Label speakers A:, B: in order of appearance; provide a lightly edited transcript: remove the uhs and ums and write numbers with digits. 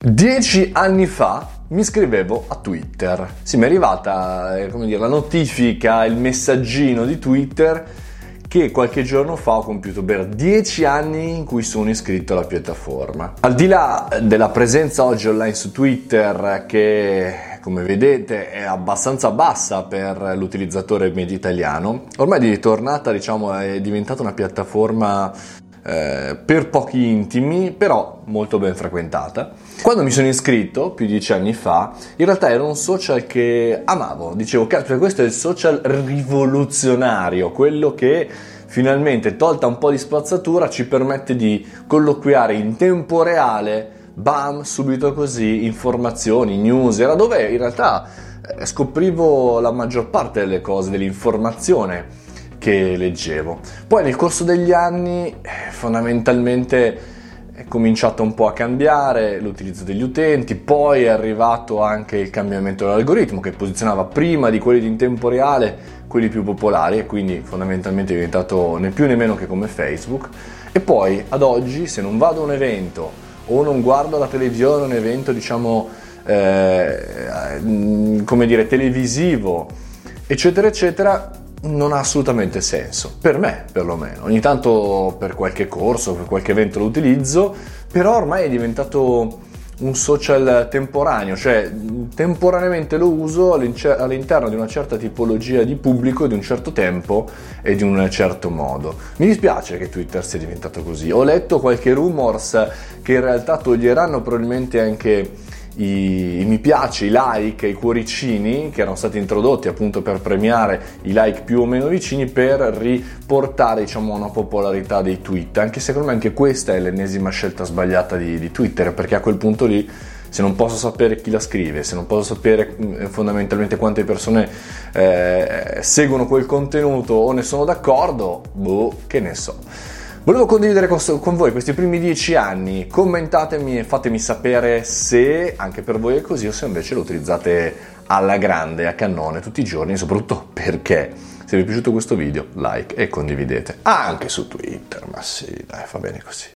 A: 10 anni fa mi iscrivevo a Twitter. Sì, mi è arrivata, la notifica, il messaggino di Twitter che qualche giorno fa ho compiuto per 10 anni in cui sono iscritto alla piattaforma. Al di là della presenza oggi online su Twitter, che come vedete è abbastanza bassa per l'utilizzatore medio italiano, ormai è tornata, è diventata una piattaforma per pochi intimi, però molto ben frequentata. Quando mi sono iscritto più di 10 anni fa, in realtà era un social che amavo, dicevo caspita, questo è il social rivoluzionario, quello che finalmente, tolta un po' di spazzatura, ci permette di colloquiare in tempo reale, bam, subito così, informazioni, news, era dove in realtà scoprivo la maggior parte delle cose, dell'informazione che leggevo. Poi nel corso degli anni fondamentalmente è cominciato un po' a cambiare l'utilizzo degli utenti, poi è arrivato anche il cambiamento dell'algoritmo che posizionava prima di quelli in tempo reale quelli più popolari e quindi fondamentalmente è diventato né più né meno che come Facebook. E poi ad oggi, se non vado a un evento o non guardo la televisione, un evento televisivo eccetera eccetera, non ha assolutamente senso, per me perlomeno. Ogni tanto per qualche corso, per qualche evento lo utilizzo, però ormai è diventato un social temporaneo, cioè temporaneamente lo uso all'interno di una certa tipologia di pubblico, di un certo tempo e di un certo modo. Mi dispiace che Twitter sia diventato così. Ho letto qualche rumors che in realtà toglieranno probabilmente anche i mi piace, i like, i cuoricini che erano stati introdotti appunto per premiare i like più o meno vicini, per riportare una popolarità dei tweet, anche secondo me anche questa è l'ennesima scelta sbagliata di Twitter, perché a quel punto lì, se non posso sapere chi la scrive, se non posso sapere fondamentalmente quante persone seguono quel contenuto o ne sono d'accordo, che ne so. Volevo condividere con voi questi primi 10 anni, commentatemi e fatemi sapere se anche per voi è così o se invece lo utilizzate alla grande, a cannone, tutti i giorni, e soprattutto perché. Se vi è piaciuto questo video, like e condividete, anche su Twitter, ma sì, dai, va bene così.